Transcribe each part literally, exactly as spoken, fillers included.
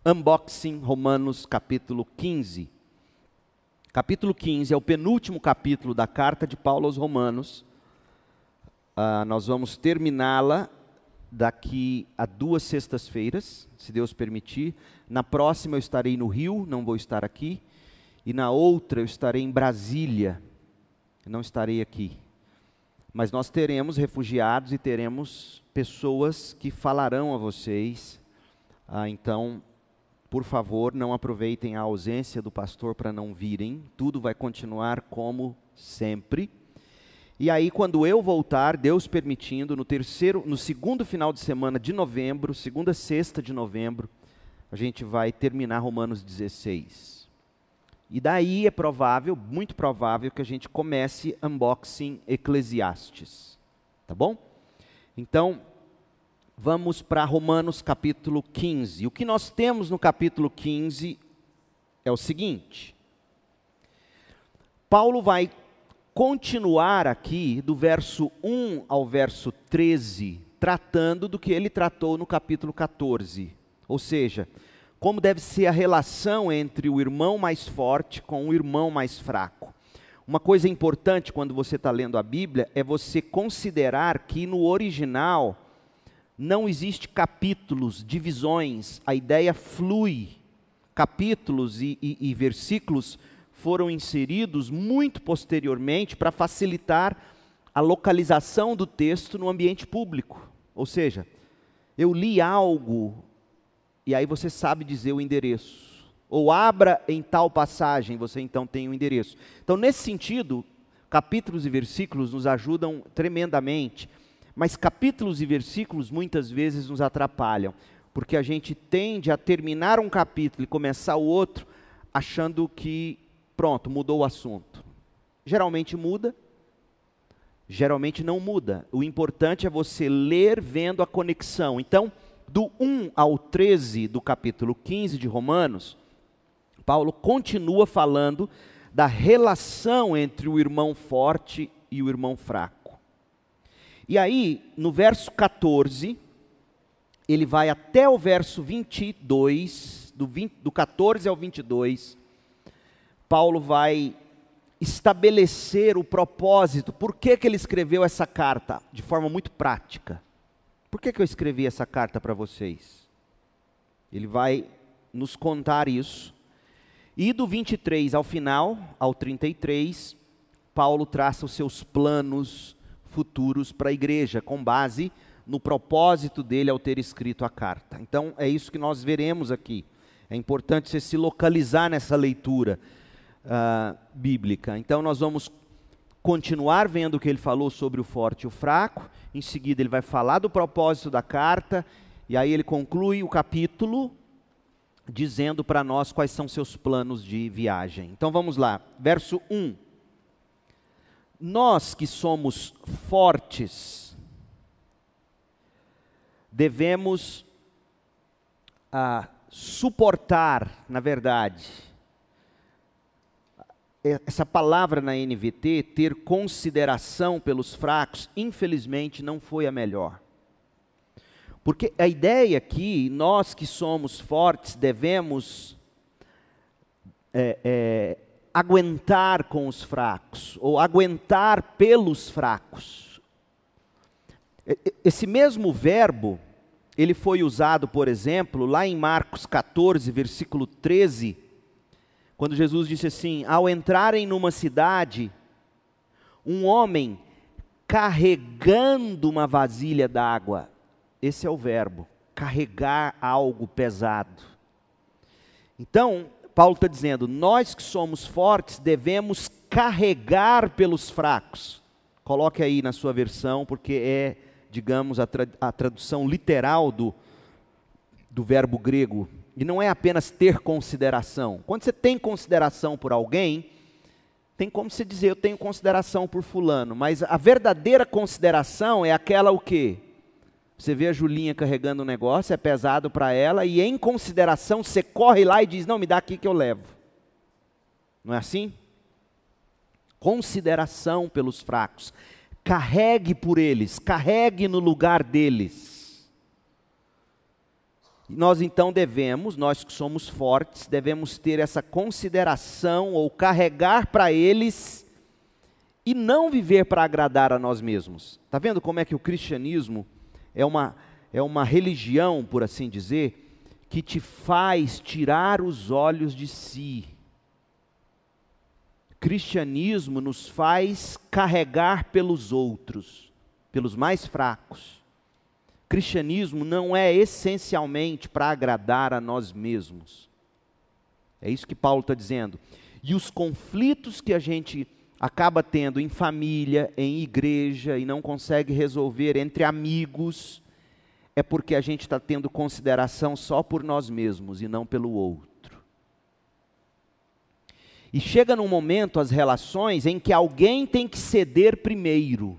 Unboxing Romanos capítulo quinze. Capítulo quinze é o penúltimo capítulo da carta de Paulo aos Romanos. Uh, nós vamos terminá-la daqui a duas sextas-feiras, se Deus permitir. Na próxima eu estarei no Rio, não vou estar aqui. E na outra eu estarei em Brasília, não estarei aqui. Mas nós teremos refugiados e teremos pessoas que falarão a vocês. Ah, então, por favor, não aproveitem a ausência do pastor para não virem. Tudo vai continuar como sempre. E aí, quando eu voltar, Deus permitindo, no terceiro, no segundo final de semana de novembro, segunda sexta de novembro, a gente vai terminar Romanos dezesseis. E daí é provável, muito provável, que a gente comece Unboxing Eclesiastes. Tá bom? Então, vamos para Romanos capítulo quinze. O que nós temos no capítulo quinze é o seguinte. Paulo vai continuar aqui do verso um ao verso treze, tratando do que ele tratou no capítulo quatorze. Ou seja, como deve ser a relação entre o irmão mais forte com o irmão mais fraco. Uma coisa importante quando você está lendo a Bíblia é você considerar que no original não existe capítulos, divisões, a ideia flui. Capítulos e, e, e versículos foram inseridos muito posteriormente para facilitar a localização do texto no ambiente público. Ou seja, eu li algo e aí você sabe dizer o endereço. Ou abra em tal passagem, você então tem o endereço. Então, nesse sentido, capítulos e versículos nos ajudam tremendamente. Mas capítulos e versículos muitas vezes nos atrapalham, porque a gente tende a terminar um capítulo e começar o outro, achando que, pronto, mudou o assunto. Geralmente muda, geralmente não muda. O importante é você ler vendo a conexão. Então, do um ao treze do capítulo quinze de Romanos, Paulo continua falando da relação entre o irmão forte e o irmão fraco. E aí, no verso quatorze, ele vai até o verso vinte e dois, do, vinte, do quatorze ao vinte e dois, Paulo vai estabelecer o propósito, por que que ele escreveu essa carta, de forma muito prática. Por que que eu escrevi essa carta para vocês? Ele vai nos contar isso. E do vinte e três ao final, ao trinta e três, Paulo traça os seus planos futuros para a igreja, com base no propósito dele ao ter escrito a carta. Então, é isso que nós veremos aqui. É importante você se localizar nessa leitura uh, bíblica. Então, nós vamos continuar vendo o que ele falou sobre o forte e o fraco. Em seguida, ele vai falar do propósito da carta. E aí ele conclui o capítulo dizendo para nós quais são seus planos de viagem. Então, vamos lá. Verso um. Nós que somos fortes, devemos ah, suportar, na verdade, essa palavra na N V T, ter consideração pelos fracos, infelizmente não foi a melhor. Porque a ideia aqui, nós que somos fortes, devemos é, é, aguentar com os fracos, ou aguentar pelos fracos. Esse mesmo verbo, ele foi usado, por exemplo, lá em Marcos quatorze, versículo treze, quando Jesus disse assim: ao entrarem numa cidade, um homem carregando uma vasilha d'água, esse é o verbo, carregar algo pesado. Então, Paulo está dizendo, nós que somos fortes devemos carregar pelos fracos. Coloque aí na sua versão, porque é, digamos, a, tra a tradução literal do, do verbo grego. E não é apenas ter consideração. Quando você tem consideração por alguém, tem como você dizer, eu tenho consideração por fulano. Mas a verdadeira consideração é aquela o quê? Você vê a Julinha carregando um negócio, é pesado para ela, e em consideração você corre lá e diz, não, me dá aqui que eu levo. Não é assim? Consideração pelos fracos. Carregue por eles, carregue no lugar deles. Nós então devemos, nós que somos fortes, devemos ter essa consideração ou carregar para eles e não viver para agradar a nós mesmos. Está vendo como é que o cristianismo é uma, é uma religião, por assim dizer, que te faz tirar os olhos de si. Cristianismo nos faz carregar pelos outros, pelos mais fracos. Cristianismo não é essencialmente para agradar a nós mesmos. É isso que Paulo está dizendo. E os conflitos que a gente acaba tendo em família, em igreja, e não consegue resolver entre amigos, é porque a gente está tendo consideração só por nós mesmos e não pelo outro. E chega num momento as relações em que alguém tem que ceder primeiro.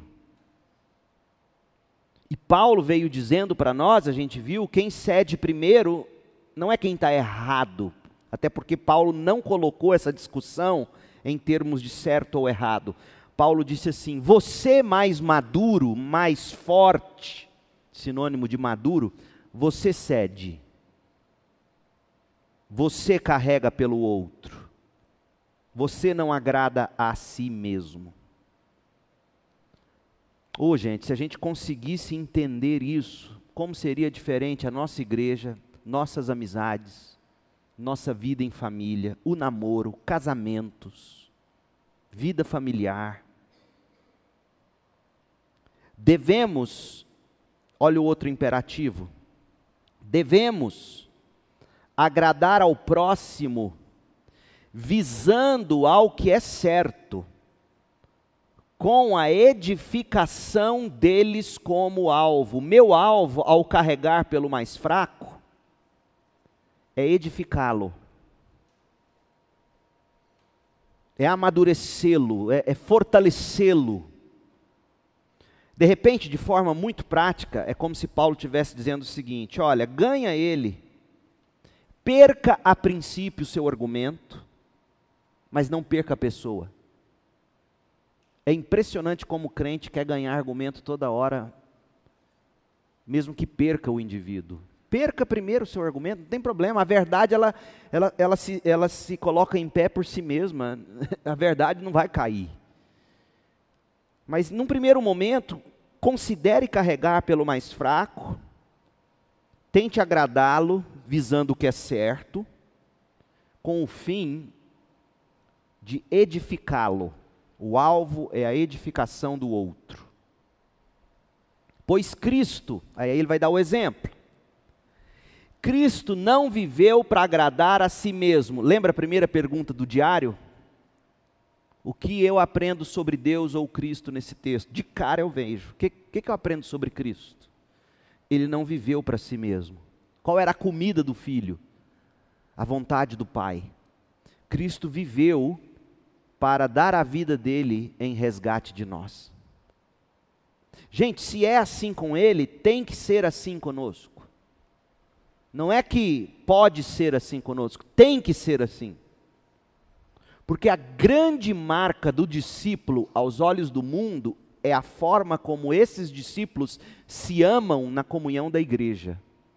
E Paulo veio dizendo para nós, a gente viu, quem cede primeiro não é quem está errado. Até porque Paulo não colocou essa discussão em termos de certo ou errado. Paulo disse assim: você mais maduro, mais forte, sinônimo de maduro, você cede. Você carrega pelo outro. Você não agrada a si mesmo. Ô, gente, se a gente conseguisse entender isso, como seria diferente a nossa igreja, nossas amizades, nossa vida em família, o namoro, casamentos, vida familiar. Devemos, olha o outro imperativo, devemos agradar ao próximo, visando ao que é certo, com a edificação deles como alvo. Meu alvo, ao carregar pelo mais fraco, é edificá-lo, é amadurecê-lo, é, é fortalecê-lo. De repente, de forma muito prática, é como se Paulo estivesse dizendo o seguinte: olha, ganha ele, perca a princípio o seu argumento, mas não perca a pessoa. É impressionante como o crente quer ganhar argumento toda hora, mesmo que perca o indivíduo. Perca primeiro o seu argumento, não tem problema, a verdade ela, ela, ela, se, ela se coloca em pé por si mesma, a verdade não vai cair. Mas num primeiro momento, considere carregar pelo mais fraco, tente agradá-lo, visando o que é certo, com o fim de edificá-lo. O alvo é a edificação do outro. Pois Cristo, aí ele vai dar o exemplo. Cristo não viveu para agradar a si mesmo. Lembra a primeira pergunta do diário? O que eu aprendo sobre Deus ou Cristo nesse texto? De cara eu vejo. O que, que, que eu aprendo sobre Cristo? Ele não viveu para si mesmo. Qual era a comida do Filho? A vontade do Pai. Cristo viveu para dar a vida dele em resgate de nós. Gente, se é assim com ele, tem que ser assim conosco. Não é que pode ser assim conosco, tem que ser assim. Porque a grande marca do discípulo aos olhos do mundo é a forma como esses discípulos se amam na comunhão da igreja.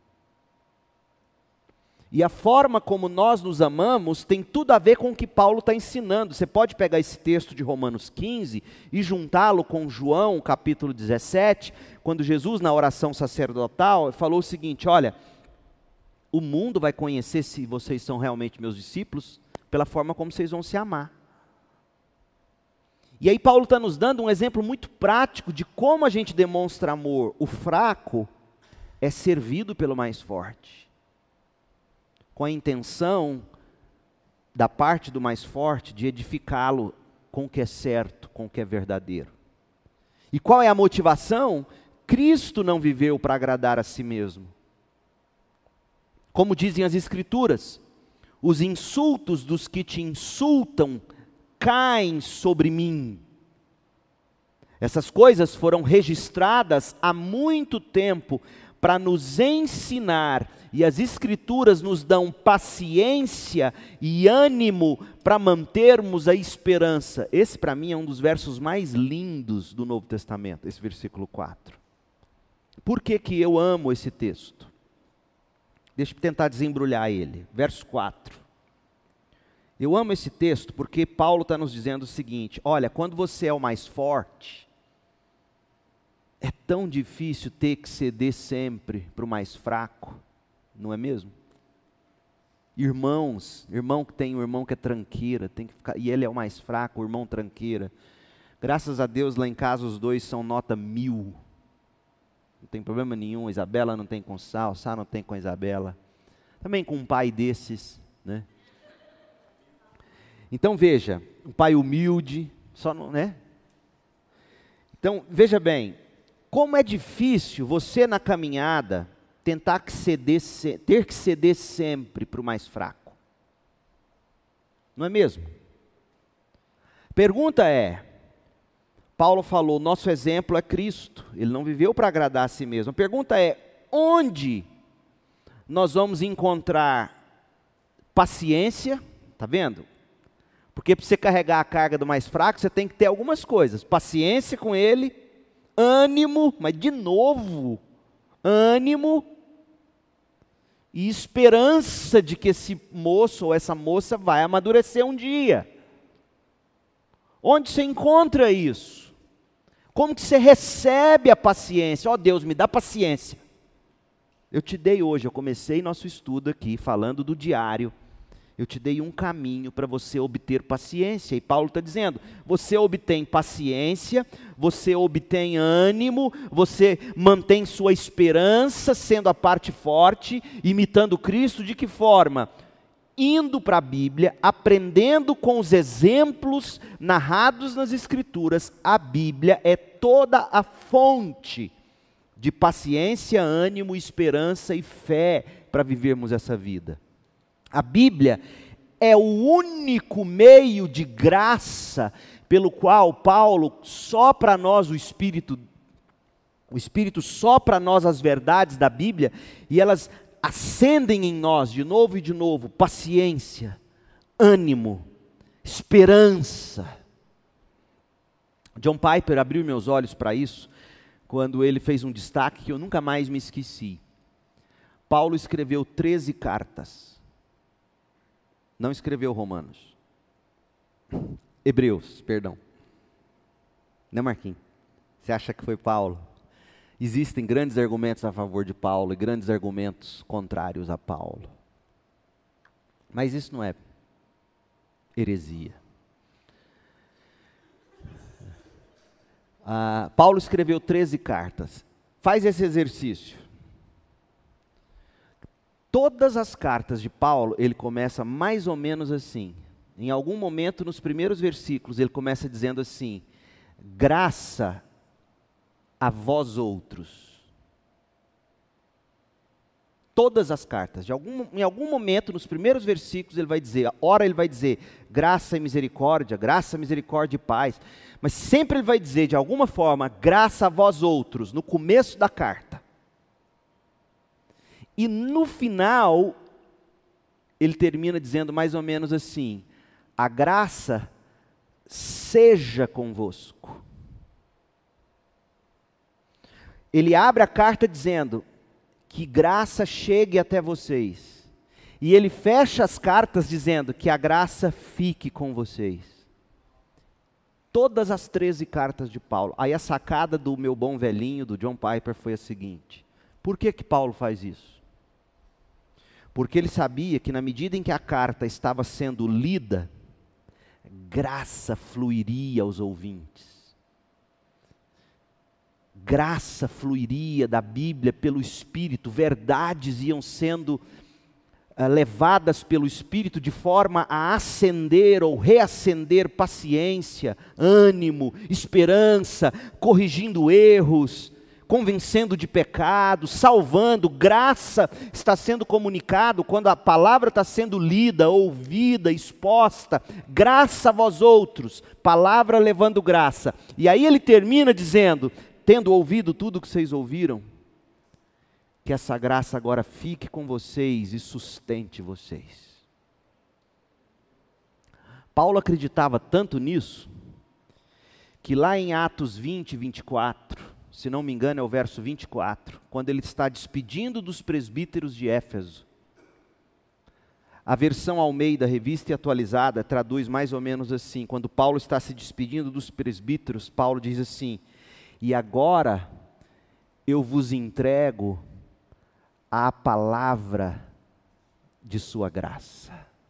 E a forma como nós nos amamos tem tudo a ver com o que Paulo está ensinando. Você pode pegar esse texto de Romanos quinze e juntá-lo com João, capítulo dezessete, quando Jesus, na oração sacerdotal, falou o seguinte: olha, o mundo vai conhecer se vocês são realmente meus discípulos pela forma como vocês vão se amar. E aí Paulo está nos dando um exemplo muito prático de como a gente demonstra amor. O fraco é servido pelo mais forte, com a intenção da parte do mais forte de edificá-lo com o que é certo, com o que é verdadeiro. E qual é a motivação? Cristo não viveu para agradar a si mesmo. Como dizem as Escrituras, os insultos dos que te insultam caem sobre mim. Essas coisas foram registradas há muito tempo para nos ensinar, e as Escrituras nos dão paciência e ânimo para mantermos a esperança. Esse para mim é um dos versos mais lindos do Novo Testamento, esse versículo quatro. Por que que eu amo esse texto? Deixa eu tentar desembrulhar ele. Verso quatro. Eu amo esse texto porque Paulo está nos dizendo o seguinte: olha, quando você é o mais forte, é tão difícil ter que ceder sempre para o mais fraco, não é mesmo? Irmãos, irmão que tem um irmão que é tranqueira, tem que ficar, e ele é o mais fraco, o irmão tranqueira. Graças a Deus lá em casa os dois são nota mil. Não tem problema nenhum, a Isabela não tem com Sá, o Sá não tem com a Isabela. Também com um pai desses, né? Então veja, um pai humilde, só não, né? Então veja bem, como é difícil você na caminhada tentar que ceder, ter que ceder sempre para o mais fraco. Não é mesmo? Pergunta é, Paulo falou, nosso exemplo é Cristo, ele não viveu para agradar a si mesmo. A pergunta é, onde nós vamos encontrar paciência? Está vendo? Porque para você carregar a carga do mais fraco, você tem que ter algumas coisas. Paciência com ele, ânimo, mas de novo, ânimo e esperança de que esse moço ou essa moça vai amadurecer um dia. Onde você encontra isso? Como que você recebe a paciência? Ó oh, Deus, me dá paciência. Eu te dei hoje, eu comecei nosso estudo aqui falando do diário. Eu te dei um caminho para você obter paciência. E Paulo está dizendo, você obtém paciência, você obtém ânimo, você mantém sua esperança, sendo a parte forte, imitando Cristo, de que forma? Indo para a Bíblia, aprendendo com os exemplos narrados nas Escrituras. A Bíblia é toda a fonte de paciência, ânimo, esperança e fé para vivermos essa vida. A Bíblia é o único meio de graça pelo qual Paulo sopra a nós o Espírito, o Espírito sopra a nós as verdades da Bíblia e elas acendem em nós de novo e de novo paciência, ânimo, esperança. John Piper abriu meus olhos para isso quando ele fez um destaque que eu nunca mais me esqueci. Paulo escreveu treze cartas. Não escreveu Romanos. Hebreus, perdão. Né, Marquinhos? Você acha que foi Paulo? Existem grandes argumentos a favor de Paulo e grandes argumentos contrários a Paulo. Mas isso não é heresia. Ah, Paulo escreveu treze cartas. Faz esse exercício. Todas as cartas de Paulo, ele começa mais ou menos assim. Em algum momento, nos primeiros versículos, ele começa dizendo assim, graça a vós outros. Todas as cartas, de algum, em algum momento, nos primeiros versículos, ele vai dizer, ora ele vai dizer, graça e misericórdia, graça, misericórdia e paz. Mas sempre ele vai dizer, de alguma forma, graça a vós outros, no começo da carta. E no final, ele termina dizendo mais ou menos assim, a graça seja convosco. Ele abre a carta dizendo, que graça chegue até vocês. E ele fecha as cartas dizendo, que a graça fique com vocês. Todas as treze cartas de Paulo. Aí a sacada do meu bom velhinho, do John Piper, foi a seguinte, por que que Paulo faz isso? Porque ele sabia que na medida em que a carta estava sendo lida, graça fluiria aos ouvintes. Graça fluiria da Bíblia pelo Espírito, verdades iam sendo uh, levadas pelo Espírito de forma a acender ou reacender paciência, ânimo, esperança, corrigindo erros, convencendo de pecado, salvando, graça está sendo comunicado quando a palavra está sendo lida, ouvida, exposta, graça a vós outros, palavra levando graça. E aí ele termina dizendo, tendo ouvido tudo o que vocês ouviram, que essa graça agora fique com vocês e sustente vocês. Paulo acreditava tanto nisso, que lá em Atos vinte, vinte e quatro, se não me engano é o verso vinte e quatro, quando ele está despedindo dos presbíteros de Éfeso, A versão Almeida, revista e atualizada, traduz mais ou menos assim. Quando Paulo está se despedindo dos presbíteros, Paulo diz assim: e agora eu vos entrego a palavra de sua graça.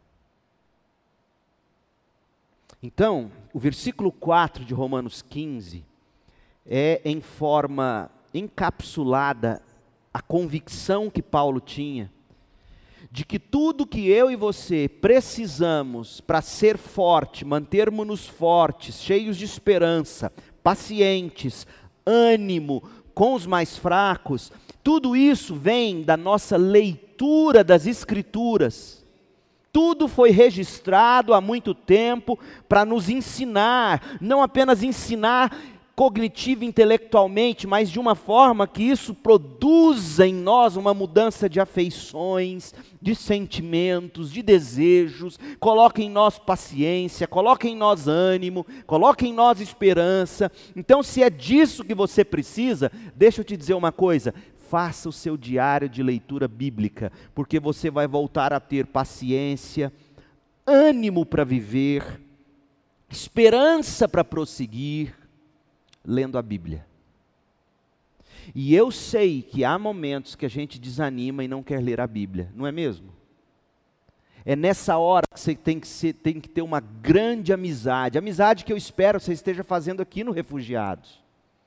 Então, o versículo quatro de Romanos quinze é em forma encapsulada a convicção que Paulo tinha de que tudo que eu e você precisamos para ser forte, mantermos-nos fortes, cheios de esperança, pacientes, ânimo com os mais fracos, tudo isso vem da nossa leitura das Escrituras. Tudo foi registrado há muito tempo para nos ensinar, não apenas ensinar cognitivo e intelectualmente, mas de uma forma que isso produza em nós uma mudança de afeições, de sentimentos, de desejos, coloque em nós paciência, coloque em nós ânimo, coloque em nós esperança. Então, se é disso que você precisa, deixa eu te dizer uma coisa: faça o seu diário de leitura bíblica, porque você vai voltar a ter paciência, ânimo para viver, esperança para prosseguir, lendo a Bíblia. E eu sei que há momentos que a gente desanima e não quer ler a Bíblia, não é mesmo? É nessa hora que você tem que, ser, tem que ter uma grande amizade, amizade que eu espero que você esteja fazendo aqui no Refugiados.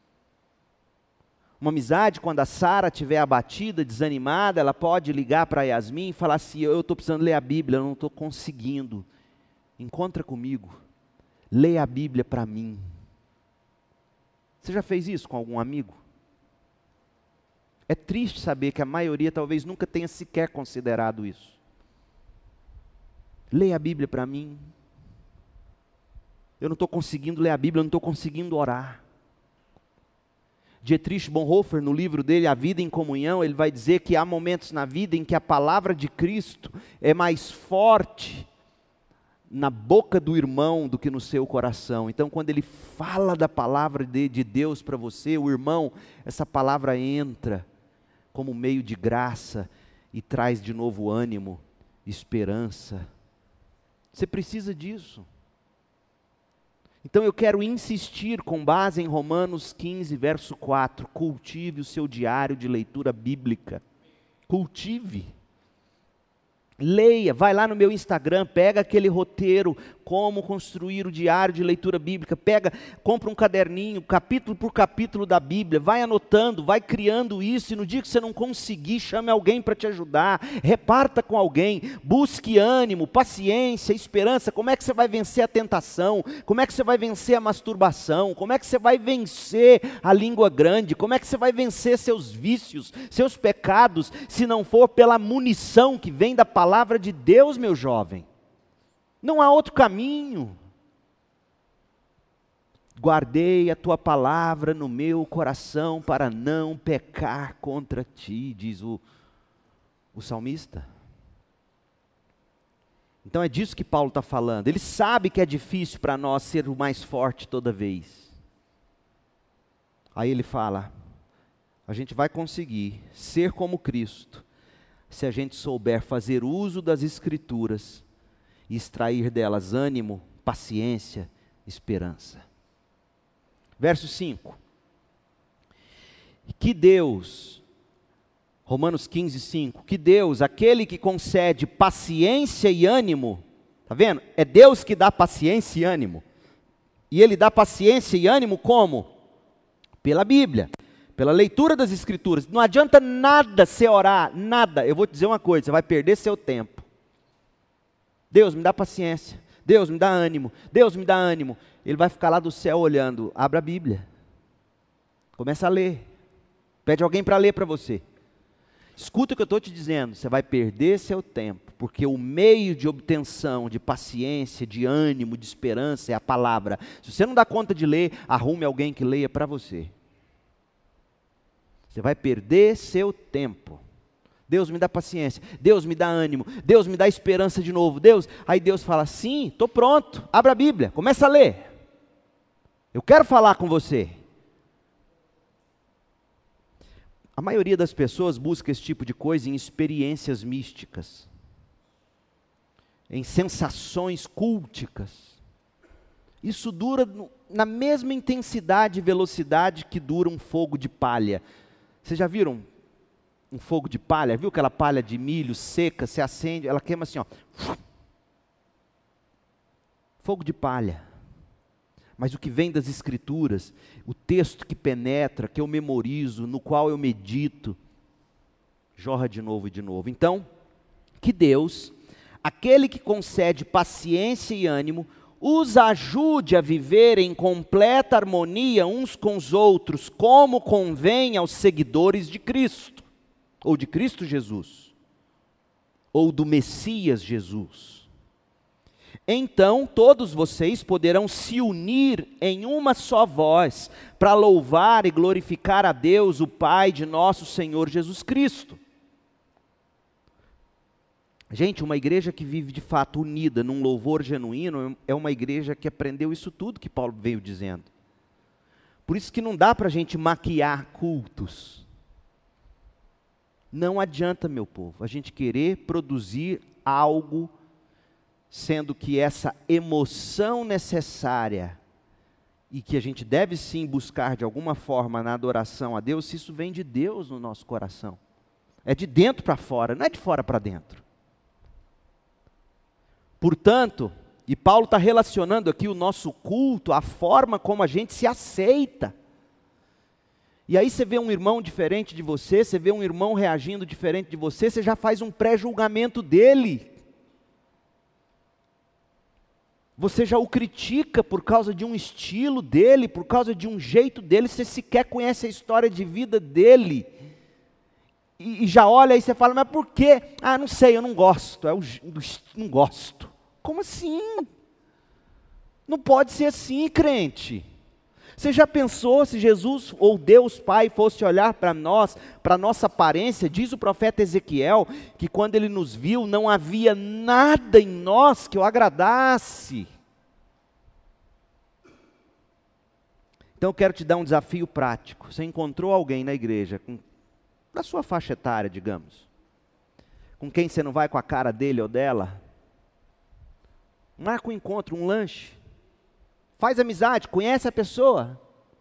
Uma amizade, quando a Sara estiver abatida, desanimada, ela pode ligar para a Yasmin e falar assim: eu estou precisando ler a Bíblia, eu não estou conseguindo. Encontra comigo, leia a Bíblia para mim. Você já fez isso com algum amigo? É triste saber que a maioria talvez nunca tenha sequer considerado isso. Leia a Bíblia para mim. Eu não estou conseguindo ler a Bíblia, eu não estou conseguindo orar. Dietrich Bonhoeffer, no livro dele, A Vida em Comunhão, ele vai dizer que há momentos na vida em que a palavra de Cristo é mais forte na boca do irmão do que no seu coração. Então, quando ele fala da palavra de, de Deus para você, o irmão, essa palavra entra como meio de graça e traz de novo ânimo, esperança. Você precisa disso. Então eu quero insistir com base em Romanos quinze, verso quatro, cultive o seu diário de leitura bíblica. Cultive. Leia, vai lá no meu Instagram, pega aquele roteiro, como construir o diário de leitura bíblica, pega, compra um caderninho, capítulo por capítulo da Bíblia, vai anotando, vai criando isso, e no dia que você não conseguir, chame alguém para te ajudar, reparta com alguém, busque ânimo, paciência, esperança. Como é que você vai vencer a tentação? Como é que você vai vencer a masturbação? Como é que você vai vencer a língua grande? Como é que você vai vencer seus vícios, seus pecados, se não for pela munição que vem da palavra de Deus, meu jovem? Não há outro caminho. Guardei a tua palavra no meu coração para não pecar contra ti, diz o, o salmista. Então é disso que Paulo está falando. Ele sabe que é difícil para nós ser o mais forte toda vez. Aí ele fala: a gente vai conseguir ser como Cristo se a gente souber fazer uso das Escrituras e extrair delas ânimo, paciência, esperança. Verso cinco. Que Deus, Romanos quinze, cinco, que Deus, aquele que concede paciência e ânimo, está vendo? É Deus que dá paciência e ânimo. E Ele dá paciência e ânimo como? Pela Bíblia, pela leitura das Escrituras. Não adianta nada você orar, nada. Eu vou te dizer uma coisa, você vai perder seu tempo. Deus, me dá paciência. Deus, me dá ânimo. Deus, me dá ânimo. Ele vai ficar lá do céu olhando. Abra a Bíblia. Começa a ler. Pede alguém para ler para você. Escuta o que eu estou te dizendo. Você vai perder seu tempo, porque o meio de obtenção de paciência, de ânimo, de esperança é a palavra. Se você não dá conta de ler, arrume alguém que leia para você. Você vai perder seu tempo. Deus, me dá paciência, Deus, me dá ânimo, Deus, me dá esperança de novo, Deus. Aí Deus fala: sim, estou pronto, abra a Bíblia, começa a ler. Eu quero falar com você. A maioria das pessoas busca esse tipo de coisa em experiências místicas. em sensações culticas. Isso dura na mesma intensidade e velocidade que dura um fogo de palha. Vocês já viram um fogo de palha? Viu aquela palha de milho seca, se acende, ela queima assim, ó. Fogo de palha. Mas o que vem das Escrituras, o texto que penetra, que eu memorizo, no qual eu medito, jorra de novo e de novo. Então, que Deus, aquele que concede paciência e ânimo, os ajude a viver em completa harmonia uns com os outros, como convém aos seguidores de Cristo, ou de Cristo Jesus, ou do Messias Jesus. Então todos vocês poderão se unir em uma só voz, para louvar e glorificar a Deus, o Pai de nosso Senhor Jesus Cristo. Gente, uma igreja que vive de fato unida num louvor genuíno é uma igreja que aprendeu isso tudo que Paulo veio dizendo. Por isso que não dá para a gente maquiar cultos. Não adianta, meu povo, a gente querer produzir algo, sendo que essa emoção necessária e que a gente deve sim buscar de alguma forma na adoração a Deus, se isso vem de Deus no nosso coração. É de dentro para fora, não é de fora para dentro. Portanto, e Paulo está relacionando aqui o nosso culto, a forma como a gente se aceita. E aí você vê um irmão diferente de você, você vê um irmão reagindo diferente de você, você já faz um pré-julgamento dele. Você já o critica por causa de um estilo dele, por causa de um jeito dele, você sequer conhece a história de vida dele. E, e já olha aí e você fala, mas por quê? Ah, não sei, eu não gosto, é o, não gosto. Como assim? Não pode ser assim, crente. Você já pensou se Jesus ou Deus Pai fosse olhar para nós, para a nossa aparência? Diz o profeta Ezequiel que quando ele nos viu não havia nada em nós que o agradasse. Então eu quero te dar um desafio prático. Você encontrou alguém na igreja, com, da sua faixa etária, digamos, com quem você não vai com a cara dele ou dela? Marca um encontro, um lanche. Faz amizade, conhece a pessoa.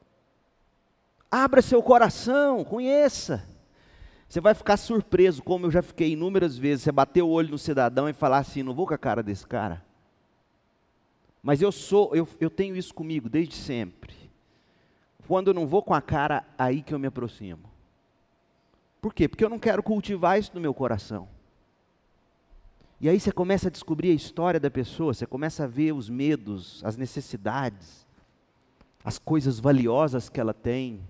Abra seu coração, conheça. Você vai ficar surpreso, como eu já fiquei inúmeras vezes. Você bater o olho no cidadão e falar assim, não vou com a cara desse cara. Mas eu sou, eu, eu tenho isso comigo desde sempre. Quando eu não vou com a cara, aí que eu me aproximo. Por quê? Porque eu não quero cultivar isso no meu coração. E aí você começa a descobrir a história da pessoa, você começa a ver os medos, as necessidades, as coisas valiosas que ela tem.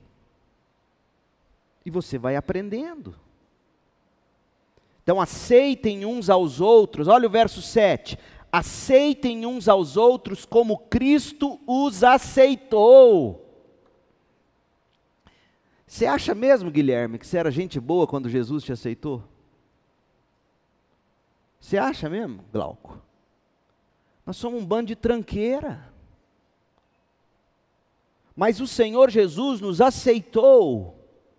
E você vai aprendendo. Então aceitem uns aos outros, olha o verso sete. Aceitem uns aos outros como Cristo os aceitou. Você acha mesmo, Guilherme, que você era gente boa quando Jesus te aceitou? Você acha mesmo, Glauco? Nós somos um bando de tranqueira. Mas o Senhor Jesus nos aceitou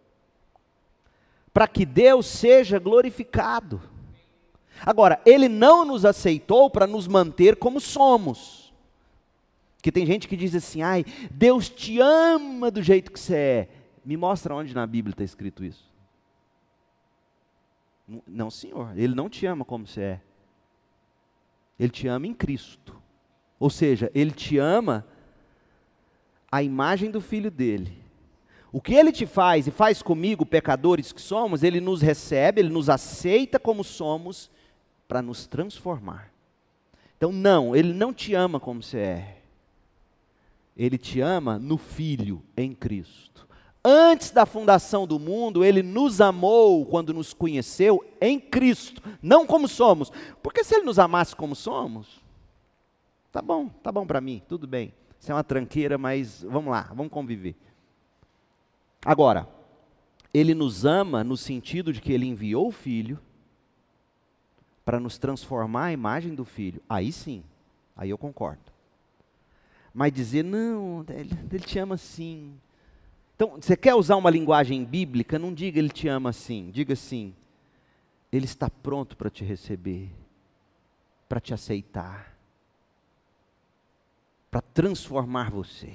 para que Deus seja glorificado. Agora, Ele não nos aceitou para nos manter como somos. Porque tem gente que diz assim, ai, Deus te ama do jeito que você é. Me mostra onde na Bíblia está escrito isso. Não, senhor, Ele não te ama como você é. Ele te ama em Cristo. Ou seja, Ele te ama à imagem do Filho dEle. O que Ele te faz e faz comigo, pecadores que somos, Ele nos recebe, Ele nos aceita como somos, para nos transformar. Então não, Ele não te ama como você é. Ele te ama no Filho, em Cristo. Antes da fundação do mundo, Ele nos amou quando nos conheceu em Cristo, não como somos. Porque se Ele nos amasse como somos, tá bom, tá bom para mim, tudo bem. Isso é uma tranqueira, mas vamos lá, vamos conviver. Agora, Ele nos ama no sentido de que Ele enviou o Filho para nos transformar à imagem do Filho. Aí sim, aí eu concordo. Mas dizer, não, Ele, ele te ama sim. Então, você quer usar uma linguagem bíblica? Não diga Ele te ama assim. Diga assim, Ele está pronto para te receber. para te aceitar, para transformar você.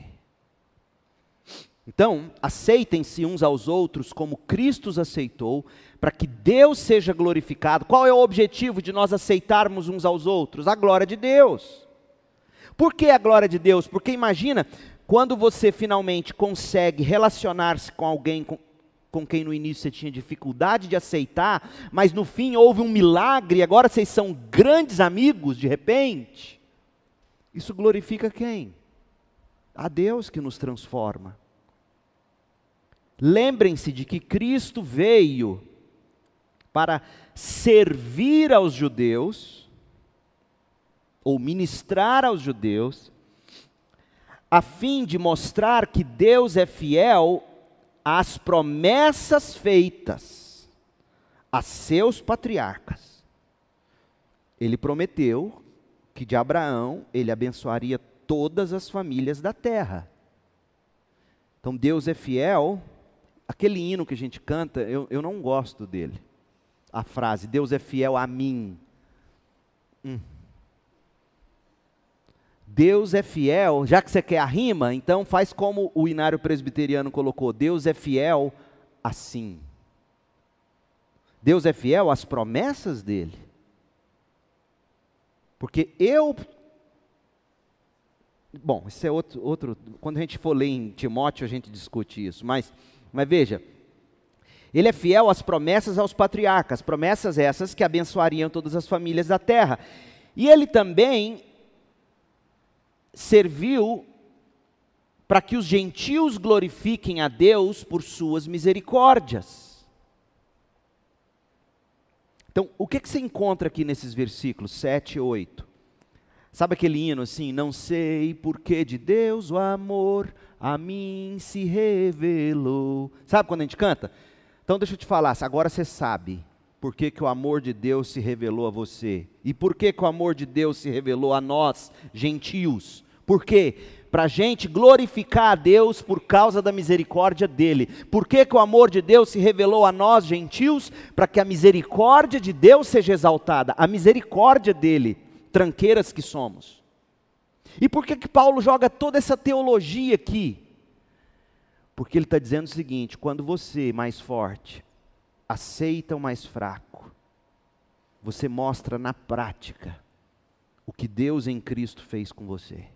Então, aceitem-se uns aos outros como Cristo os aceitou, para que Deus seja glorificado. Qual é o objetivo de nós aceitarmos uns aos outros? A glória de Deus. Por que a glória de Deus? Porque imagina, quando você finalmente consegue relacionar-se com alguém com, com quem no início você tinha dificuldade de aceitar, mas no fim houve um milagre, e agora vocês são grandes amigos de repente. Isso glorifica quem? A Deus que nos transforma. Lembrem-se de que Cristo veio para servir aos judeus, ou ministrar aos judeus, a fim de mostrar que Deus é fiel às promessas feitas a seus patriarcas. Ele prometeu que de Abraão ele abençoaria todas as famílias da terra. Então Deus é fiel. Aquele hino que a gente canta, eu, eu não gosto dele. A frase, Deus é fiel a mim. Hum. Deus é fiel, já que você quer a rima, então faz como o Inário Presbiteriano colocou, Deus é fiel assim. Deus é fiel às promessas dele. Porque eu... Bom, isso é outro, outro... Quando a gente for ler em Timóteo, a gente discute isso, mas... Mas veja, ele é fiel às promessas aos patriarcas, promessas essas que abençoariam todas as famílias da terra. E ele também serviu para que os gentios glorifiquem a Deus por suas misericórdias. Então, o que, que você encontra aqui nesses versículos sete e oito? Sabe aquele hino assim, não sei por que de Deus o amor a mim se revelou. Sabe quando a gente canta? Então deixa eu te falar, agora você sabe por que, que o amor de Deus se revelou a você. E por que, que o amor de Deus se revelou a nós, gentios. Por quê? Para a gente glorificar a Deus por causa da misericórdia dEle. Por que, que o amor de Deus se revelou a nós, gentios? Para que a misericórdia de Deus seja exaltada. A misericórdia dEle, tranqueiras que somos. E por que que Paulo joga toda essa teologia aqui? Porque ele está dizendo o seguinte, quando você, mais forte, aceita o mais fraco, você mostra na prática o que Deus em Cristo fez com você.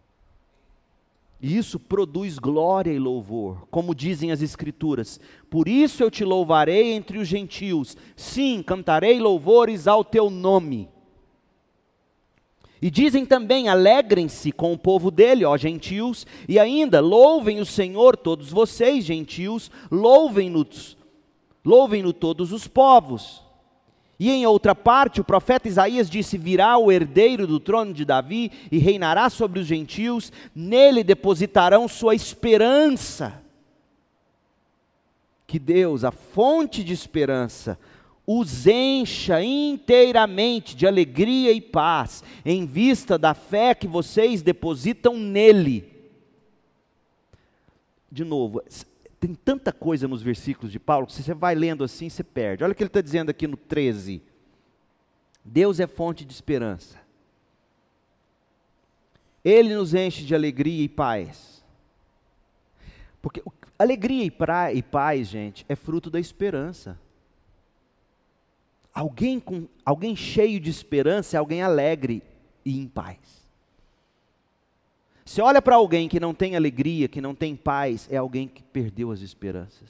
E isso produz glória e louvor, como dizem as Escrituras. Por isso eu te louvarei entre os gentios, sim, cantarei louvores ao teu nome. E dizem também, alegrem-se com o povo dele, ó gentios, e ainda, louvem o Senhor todos vocês, gentios, louvem-no, louvem-no todos os povos. E em outra parte, o profeta Isaías disse, virá o herdeiro do trono de Davi, e reinará sobre os gentios, nele depositarão sua esperança. Que Deus, a fonte de esperança, os encha inteiramente de alegria e paz, em vista da fé que vocês depositam nele. De novo, tem tanta coisa nos versículos de Paulo, que se você vai lendo assim, você perde. Olha o que ele está dizendo aqui no treze. Deus é fonte de esperança. Ele nos enche de alegria e paz. Porque alegria e, pra, e paz, gente, é fruto da esperança. Alguém, com, alguém cheio de esperança é alguém alegre e em paz. Você olha para alguém que não tem alegria, que não tem paz, é alguém que perdeu as esperanças.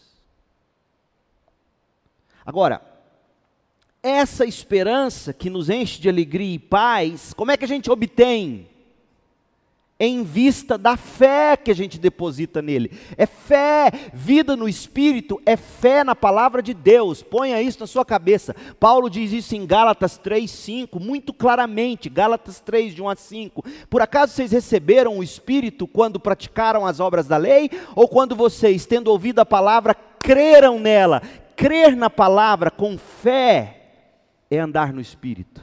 Agora, essa esperança que nos enche de alegria e paz, como é que a gente obtém? Em vista da fé que a gente deposita nele. É fé, vida no Espírito, é fé na palavra de Deus. Ponha isso na sua cabeça. Paulo diz isso em Gálatas três, cinco, muito claramente. Gálatas três, de um a cinco. Por acaso vocês receberam o Espírito quando praticaram as obras da lei? Ou quando vocês, tendo ouvido a palavra, creram nela? Crer na palavra com fé é andar no Espírito.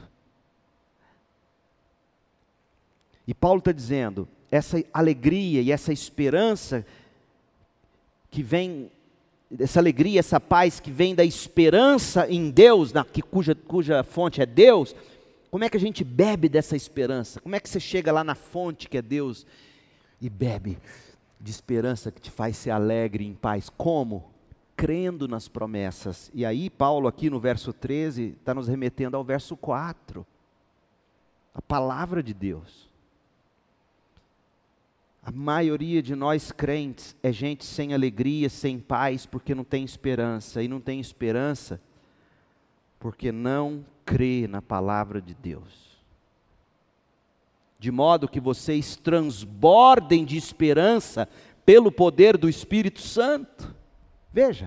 E Paulo está dizendo, essa alegria e essa esperança que vem, essa alegria, essa paz que vem da esperança em Deus, na, que, cuja, cuja fonte é Deus, Como é que a gente bebe dessa esperança? Como é que você chega lá na fonte que é Deus e bebe de esperança que te faz ser alegre e em paz? Como? Crendo nas promessas. E aí Paulo aqui no verso treze está nos remetendo ao verso quatro. A palavra de Deus. A maioria de nós crentes é gente sem alegria, sem paz, porque não tem esperança. E não tem esperança porque não crê na palavra de Deus. De modo que vocês transbordem de esperança pelo poder do Espírito Santo. Veja.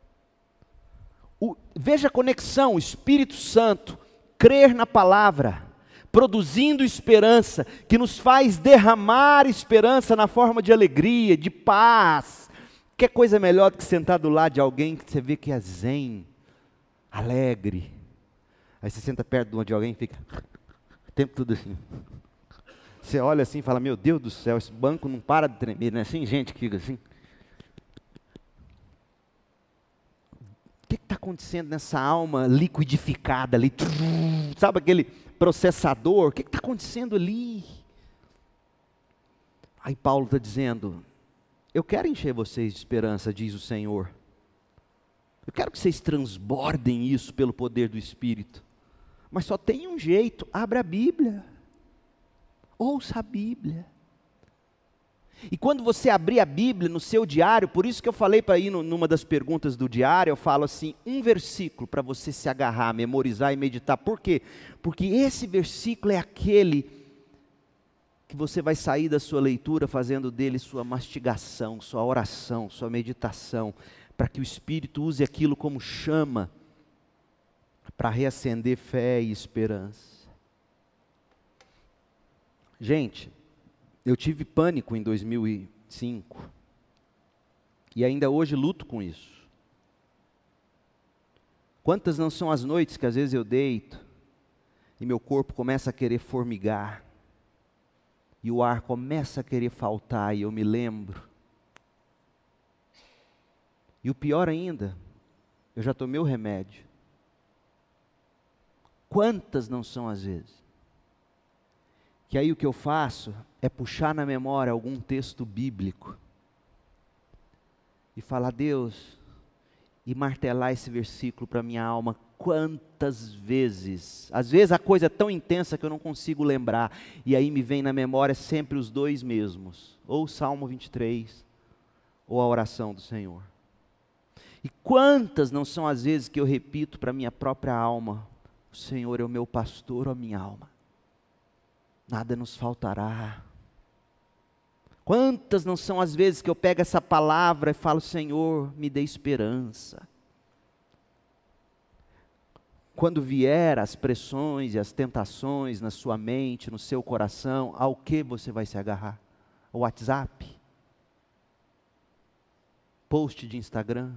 O, veja a conexão, o Espírito Santo, crer na palavra, produzindo esperança, que nos faz derramar esperança na forma de alegria, de paz. Que coisa melhor do que sentar do lado de alguém que você vê que é zen, alegre. Aí você senta perto de alguém e fica o tempo todo assim. Você olha assim e fala, meu Deus do céu, esse banco não para de tremer, não é assim, gente que fica assim. O que está acontecendo nessa alma liquidificada ali? Sabe aquele processador? O que está acontecendo ali? Aí Paulo está dizendo, eu quero encher vocês de esperança, diz o Senhor. Eu quero que vocês transbordem isso pelo poder do Espírito. Mas só tem um jeito, abra a Bíblia. Ouça a Bíblia. E quando você abrir a Bíblia no seu diário, por isso que eu falei para ir no, numa das perguntas do diário, eu falo assim, um versículo para você se agarrar, memorizar e meditar. Por quê? Porque esse versículo é aquele que você vai sair da sua leitura fazendo dele sua mastigação, sua oração, sua meditação, para que o Espírito use aquilo como chama, para reacender fé e esperança. Gente, eu tive pânico em dois mil e cinco, e ainda hoje luto com isso. Quantas não são as noites que às vezes eu deito, e meu corpo começa a querer formigar, e o ar começa a querer faltar, e eu me lembro. E o pior ainda, eu já tomei o remédio. Quantas não são as vezes? Que aí o que eu faço é puxar na memória algum texto bíblico e falar, Deus, e martelar esse versículo para minha alma quantas vezes. Às vezes a coisa é tão intensa que eu não consigo lembrar, e aí me vem na memória sempre os dois mesmos, ou o Salmo vinte e três, ou a oração do Senhor. E quantas não são as vezes que eu repito para minha própria alma, o Senhor é o meu pastor, ó minha alma, nada nos faltará. Quantas não são as vezes que eu pego essa palavra e falo, Senhor, me dê esperança. Quando vier as pressões e as tentações na sua mente, no seu coração, ao que você vai se agarrar? O WhatsApp? Post de Instagram?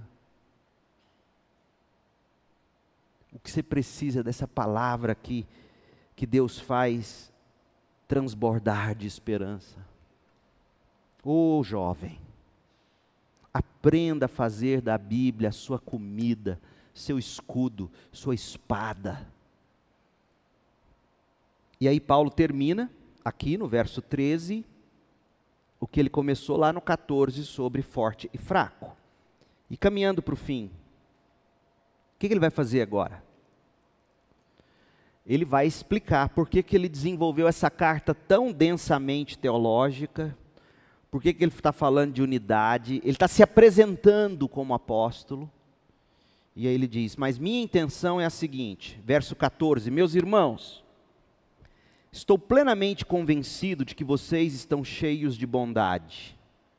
O que você precisa dessa palavra aqui, que Deus faz transbordar de esperança. Ô oh, jovem, aprenda a fazer da Bíblia a sua comida, seu escudo, sua espada. E aí Paulo termina, aqui no verso treze, o que ele começou lá no catorze, sobre forte e fraco. E caminhando para o fim, o que, que ele vai fazer agora? Ele vai explicar por que, que ele desenvolveu essa carta tão densamente teológica, por que, que ele está falando de unidade, ele está se apresentando como apóstolo, e aí ele diz, mas minha intenção é a seguinte, verso catorze, meus irmãos, estou plenamente convencido de que vocês estão cheios de bondade.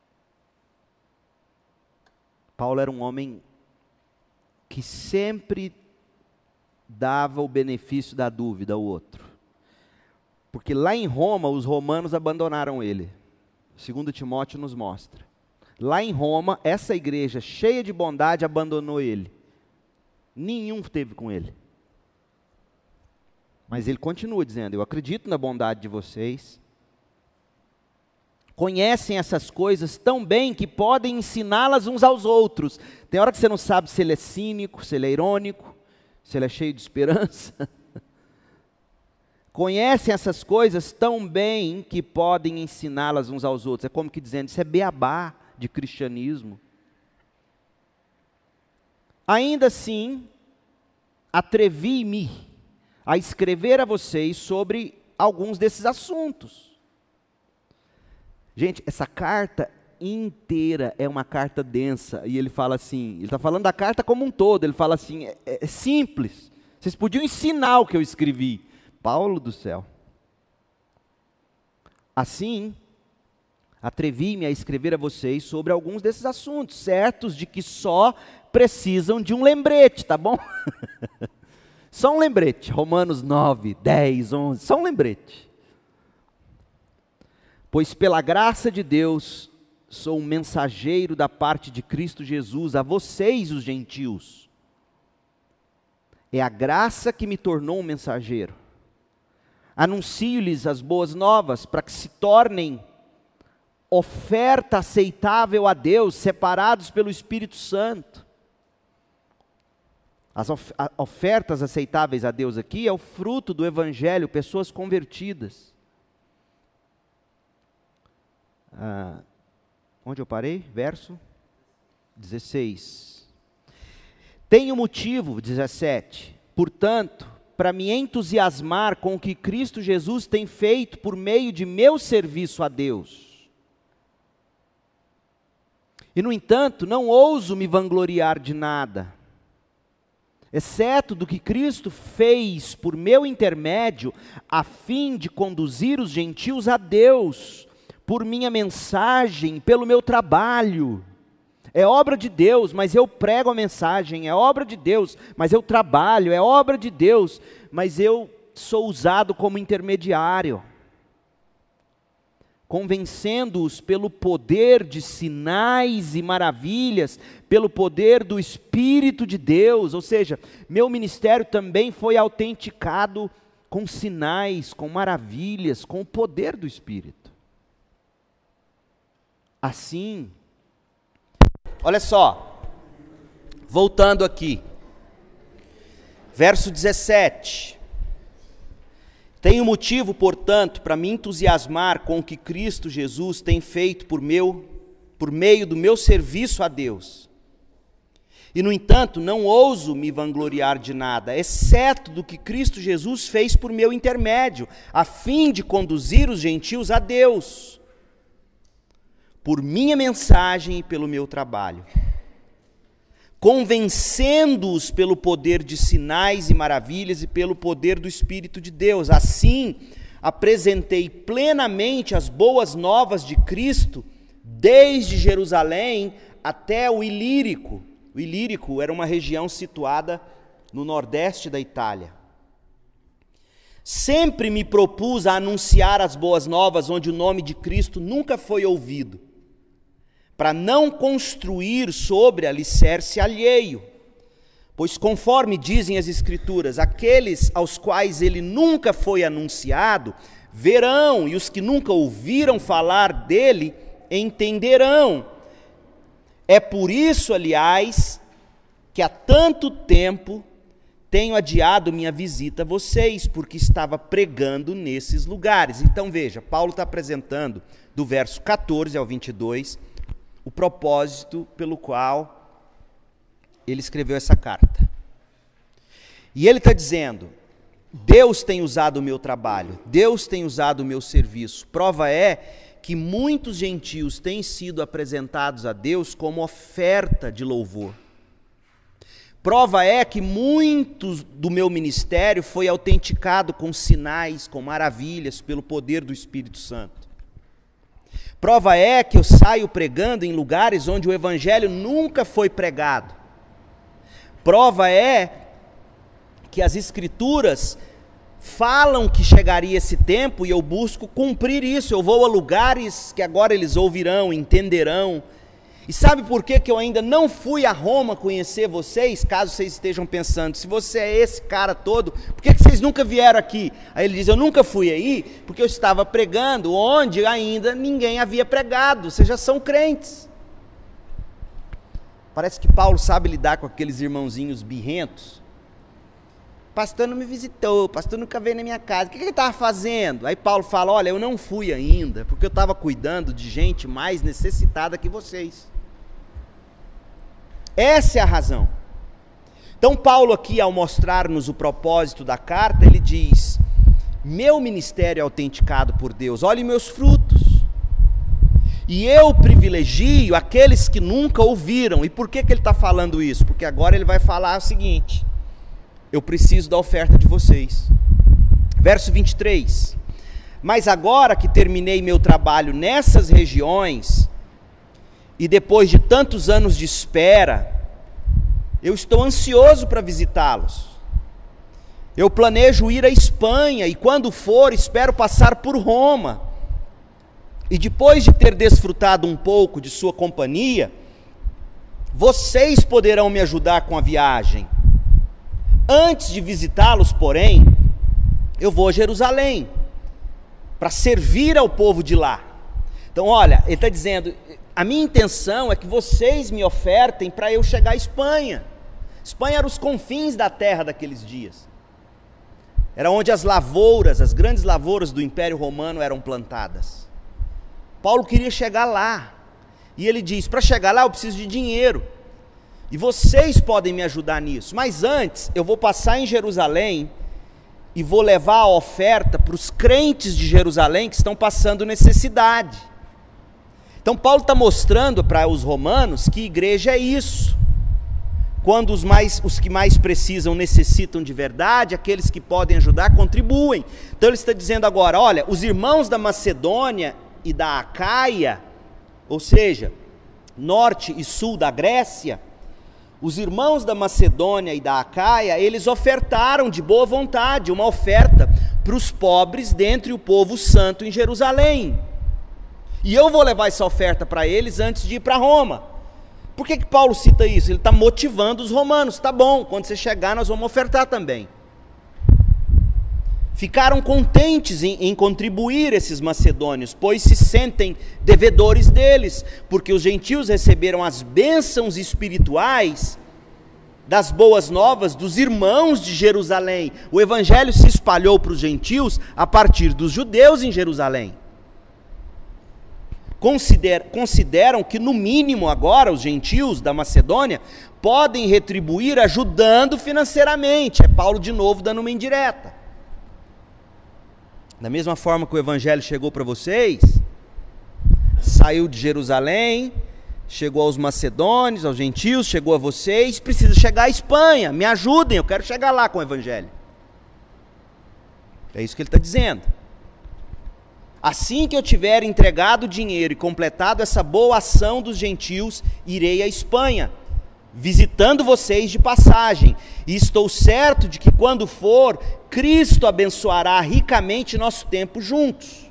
Paulo era um homem que sempre dava o benefício da dúvida ao outro. Porque lá em Roma, os romanos abandonaram ele. Segundo Timóteo nos mostra. Lá em Roma, essa igreja cheia de bondade abandonou ele. Nenhum teve com ele. Mas ele continua dizendo, eu acredito na bondade de vocês. Conhecem essas coisas tão bem que podem ensiná-las uns aos outros. Tem hora que você não sabe se ele é cínico, se ele é irônico, se ele é cheio de esperança. conhecem essas coisas tão bem que podem ensiná-las uns aos outros. É como que dizendo, isso é beabá de cristianismo. Ainda assim, atrevi-me a escrever a vocês sobre alguns desses assuntos. Gente, essa carta inteira é uma carta densa, e ele fala assim, ele está falando da carta como um todo, ele fala assim, é, é simples, vocês podiam ensinar o que eu escrevi. Paulo do céu. Assim, atrevi-me a escrever a vocês sobre alguns desses assuntos, certos de que só precisam de um lembrete, tá bom? Só um lembrete, Romanos nove, dez, onze, só um lembrete. Pois pela graça de Deus, sou um mensageiro da parte de Cristo Jesus a vocês, os gentios. É a graça que me tornou um mensageiro. Anuncio-lhes as boas novas, para que se tornem oferta aceitável a Deus, separados pelo Espírito Santo. As of- ofertas aceitáveis a Deus aqui é o fruto do Evangelho, pessoas convertidas. Ah, onde eu parei? Verso dezesseis. Tenho motivo, dezessete, portanto, para me entusiasmar com o que Cristo Jesus tem feito por meio de meu serviço a Deus. E no entanto, não ouso me vangloriar de nada, exceto do que Cristo fez por meu intermédio, a fim de conduzir os gentios a Deus, por minha mensagem, pelo meu trabalho. É obra de Deus, mas eu prego a mensagem, é obra de Deus, mas eu trabalho, é obra de Deus, mas eu sou usado como intermediário, convencendo-os pelo poder de sinais e maravilhas, pelo poder do Espírito de Deus, ou seja, meu ministério também foi autenticado com sinais, com maravilhas, com o poder do Espírito. Assim, olha só, voltando aqui, verso dezessete. Tenho motivo, portanto, para me entusiasmar com o que Cristo Jesus tem feito por, meu, por meio do meu serviço a Deus. E, no entanto, não ouso me vangloriar de nada, exceto do que Cristo Jesus fez por meu intermédio, a fim de conduzir os gentios a Deus, por minha mensagem e pelo meu trabalho, convencendo-os pelo poder de sinais e maravilhas e pelo poder do Espírito de Deus. Assim, apresentei plenamente as boas novas de Cristo, desde Jerusalém até o Ilírico. O Ilírico era uma região situada no nordeste da Itália. Sempre me propus a anunciar as boas novas onde o nome de Cristo nunca foi ouvido, para não construir sobre alicerce alheio. Pois conforme dizem as Escrituras, aqueles aos quais ele nunca foi anunciado, verão, e os que nunca ouviram falar dele, entenderão. É por isso, aliás, que há tanto tempo tenho adiado minha visita a vocês, porque estava pregando nesses lugares. Então veja, Paulo está apresentando, do verso catorze ao vinte e dois, o propósito pelo qual ele escreveu essa carta. E ele está dizendo, Deus tem usado o meu trabalho, Deus tem usado o meu serviço. Prova é que muitos gentios têm sido apresentados a Deus como oferta de louvor. Prova é que muito do meu ministério foi autenticado com sinais, com maravilhas, pelo poder do Espírito Santo. Prova é que eu saio pregando em lugares onde o Evangelho nunca foi pregado. Prova é que as Escrituras falam que chegaria esse tempo e eu busco cumprir isso. Eu vou a lugares que agora eles ouvirão, entenderão. E sabe por que que eu ainda não fui a Roma conhecer vocês? Caso vocês estejam pensando, se você é esse cara todo, por que que vocês nunca vieram aqui? Aí ele diz, eu nunca fui aí porque eu estava pregando onde ainda ninguém havia pregado. Vocês já são crentes. Parece que Paulo sabe lidar com aqueles irmãozinhos birrentos, pastor não me visitou, pastor nunca veio na minha casa, o que ele estava fazendo? Aí Paulo fala, olha, eu não fui ainda, porque eu estava cuidando de gente mais necessitada que vocês. Essa é a razão. Então Paulo aqui, ao mostrar-nos o propósito da carta, ele diz, meu ministério é autenticado por Deus, olhem meus frutos, e eu privilegio aqueles que nunca ouviram. E por que, que ele está falando isso? Porque agora ele vai falar o seguinte, eu preciso da oferta de vocês. Verso vinte e três, mas agora que terminei meu trabalho nessas regiões, e depois de tantos anos de espera, eu estou ansioso para visitá-los. Eu planejo ir à Espanha, e quando for, espero passar por Roma. E depois de ter desfrutado um pouco de sua companhia, vocês poderão me ajudar com a viagem. Antes de visitá-los, porém, eu vou a Jerusalém, para servir ao povo de lá. Então, olha, ele está dizendo, a minha intenção é que vocês me ofertem para eu chegar à Espanha. Espanha era os confins da terra daqueles dias. Era onde as lavouras, as grandes lavouras do Império Romano eram plantadas. Paulo queria chegar lá, e ele diz, para chegar lá eu preciso de dinheiro, e vocês podem me ajudar nisso, mas antes eu vou passar em Jerusalém, e vou levar a oferta para os crentes de Jerusalém que estão passando necessidade. Então Paulo está mostrando para os romanos que igreja é isso, quando os, mais, os que mais precisam necessitam de verdade, aqueles que podem ajudar contribuem. Então ele está dizendo agora, olha, os irmãos da Macedônia e da Acaia, ou seja, norte e sul da Grécia, os irmãos da Macedônia e da Acaia, eles ofertaram de boa vontade uma oferta para os pobres dentre o povo santo em Jerusalém, e eu vou levar essa oferta para eles antes de ir para Roma. Por que que Paulo cita isso? Ele está motivando os romanos, tá bom, quando você chegar nós vamos ofertar também. Ficaram contentes em, em contribuir esses macedônios, pois se sentem devedores deles, porque os gentios receberam as bênçãos espirituais das boas novas dos irmãos de Jerusalém. O evangelho se espalhou para os gentios a partir dos judeus em Jerusalém. Consider, consideram que no mínimo agora os gentios da Macedônia podem retribuir ajudando financeiramente. É Paulo de novo dando uma indireta. Da mesma forma que o evangelho chegou para vocês, saiu de Jerusalém, chegou aos macedônios, aos gentios, chegou a vocês, precisa chegar à Espanha, me ajudem, eu quero chegar lá com o evangelho. É isso que ele está dizendo. Assim que eu tiver entregado o dinheiro e completado essa boa ação dos gentios, irei à Espanha, visitando vocês de passagem, e estou certo de que quando for, Cristo abençoará ricamente nosso tempo juntos.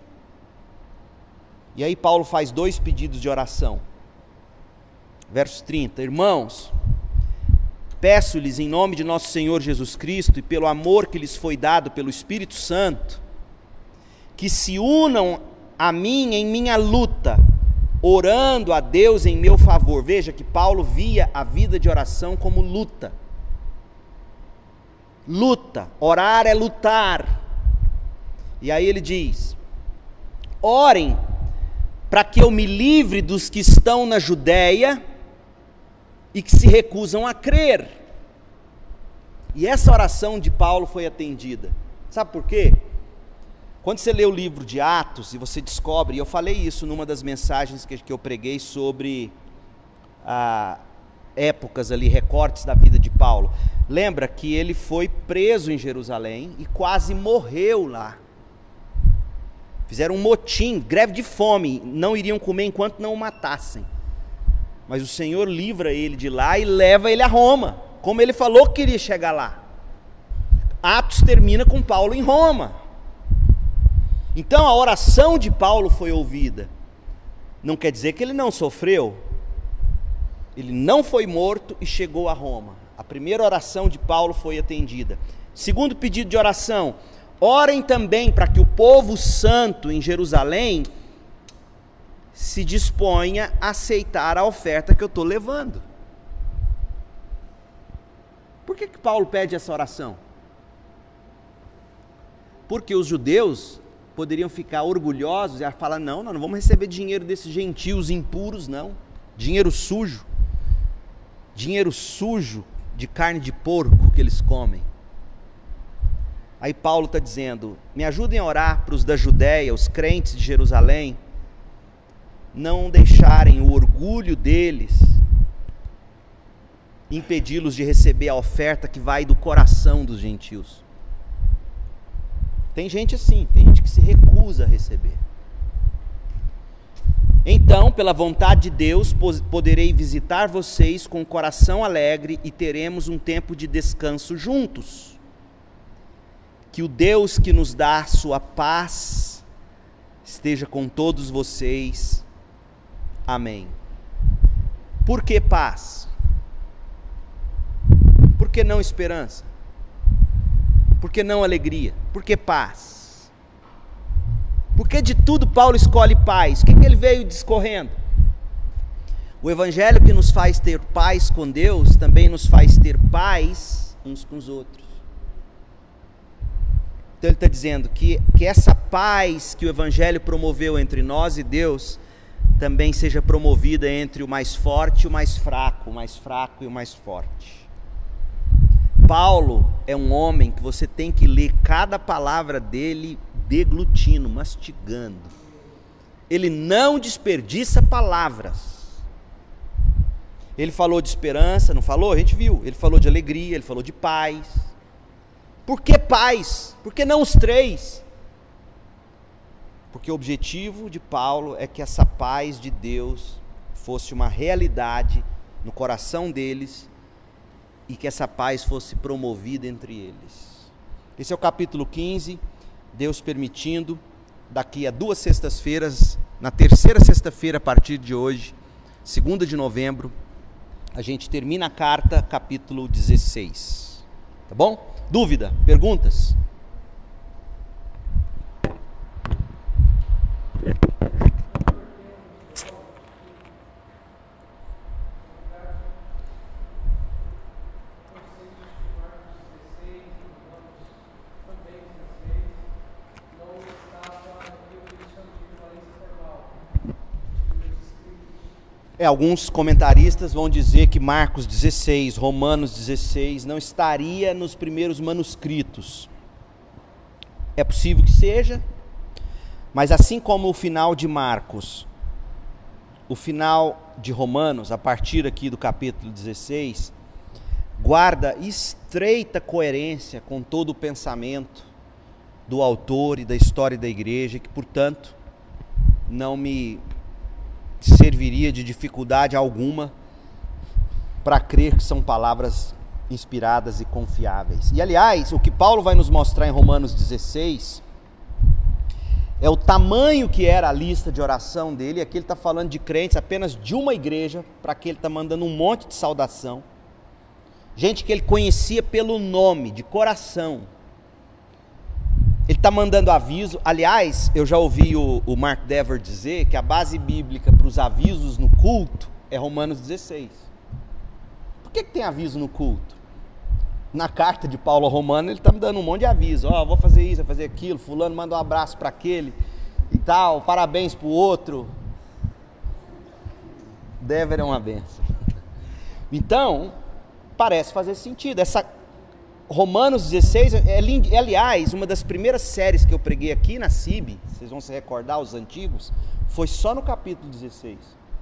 E aí Paulo faz dois pedidos de oração. Verso trinta, irmãos, peço-lhes em nome de nosso Senhor Jesus Cristo e pelo amor que lhes foi dado pelo Espírito Santo, que se unam a mim em minha luta, orando a Deus em meu favor. Veja que Paulo via a vida de oração como luta. Luta, orar é lutar. E aí ele diz, orem para que eu me livre dos que estão na Judéia e que se recusam a crer. E essa oração de Paulo foi atendida. Sabe por quê? Quando você lê o livro de Atos e você descobre, e eu falei isso numa das mensagens que, que eu preguei sobre ah, épocas ali, recortes da vida de Paulo. Lembra que ele foi preso em Jerusalém e quase morreu lá. Fizeram um motim, greve de fome, não iriam comer enquanto não o matassem. Mas o Senhor livra ele de lá e leva ele a Roma, como ele falou que queria chegar lá. Atos termina com Paulo em Roma. Então a oração de Paulo foi ouvida. Não quer dizer que ele não sofreu. Ele não foi morto e chegou a Roma. A primeira oração de Paulo foi atendida. Segundo pedido de oração, orem também para que o povo santo em Jerusalém se disponha a aceitar a oferta que eu estou levando. Por que que Paulo pede essa oração? Porque os judeus poderiam ficar orgulhosos e falar, não, nós não vamos receber dinheiro desses gentios impuros, não. Dinheiro sujo. Dinheiro sujo de carne de porco que eles comem. Aí Paulo está dizendo, me ajudem a orar para os da Judéia, os crentes de Jerusalém, não deixarem o orgulho deles impedi-los de receber a oferta que vai do coração dos gentios. Tem gente assim, tem gente que se recusa a receber. Então, pela vontade de Deus, poderei visitar vocês com o coração alegre e teremos um tempo de descanso juntos. Que o Deus que nos dá sua paz esteja com todos vocês. Amém. Por que paz? Por que não esperança? Por que não alegria? Por que paz? Por que de tudo Paulo escolhe paz? O que, que ele veio discorrendo? O evangelho que nos faz ter paz com Deus, também nos faz ter paz uns com os outros. Então ele está dizendo que, que essa paz que o evangelho promoveu entre nós e Deus, também seja promovida entre o mais forte e o mais fraco, o mais fraco e o mais forte. Paulo é um homem que você tem que ler cada palavra dele deglutindo, mastigando. Ele não desperdiça palavras. Ele falou de esperança, não falou? A gente viu. Ele falou de alegria, ele falou de paz. Por que paz? Por que não os três? Porque o objetivo de Paulo é que essa paz de Deus fosse uma realidade no coração deles e que essa paz fosse promovida entre eles. Esse é o capítulo quinze, Deus permitindo, daqui a duas sextas-feiras, na terceira sexta-feira a partir de hoje, segunda de novembro, a gente termina a carta, capítulo dezesseis. Tá bom? Dúvida? Perguntas? É, alguns comentaristas vão dizer que Marcos dezesseis, Romanos dezesseis não estaria nos primeiros manuscritos. É possível que seja, mas assim como o final de Marcos, o final de Romanos, a partir aqui do capítulo dezesseis, guarda estreita coerência com todo o pensamento do autor e da história da igreja, que portanto não me serviria de dificuldade alguma para crer que são palavras inspiradas e confiáveis. E aliás, o que Paulo vai nos mostrar em Romanos dezesseis é o tamanho que era a lista de oração dele. Aqui ele está falando de crentes apenas de uma igreja, para que ele está mandando um monte de saudação, gente que ele conhecia pelo nome, de coração. Ele está mandando aviso. Aliás, eu já ouvi o, o Mark Dever dizer que a base bíblica para os avisos no culto é Romanos dezesseis. Por que, que tem aviso no culto? Na carta de Paulo ao Romano, ele está me dando um monte de aviso. Ó, oh, vou fazer isso, vou fazer aquilo. Fulano manda um abraço para aquele e tal. Parabéns para o outro. Dever é uma benção. Então, parece fazer sentido. Essa Romanos dezesseis, é, é aliás, uma das primeiras séries que eu preguei aqui na C I B, vocês vão se recordar, os antigos, foi só no capítulo dezesseis.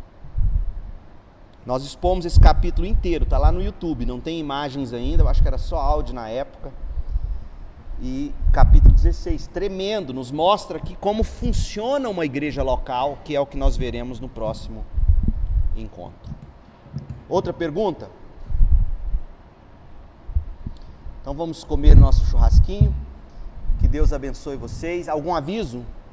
Nós expomos esse capítulo inteiro, está lá no YouTube, não tem imagens ainda, eu acho que era só áudio na época. E capítulo dezesseis, tremendo, nos mostra aqui como funciona uma igreja local, que é o que nós veremos no próximo encontro. Outra pergunta? Então vamos comer nosso churrasquinho. Que Deus abençoe vocês. Algum aviso?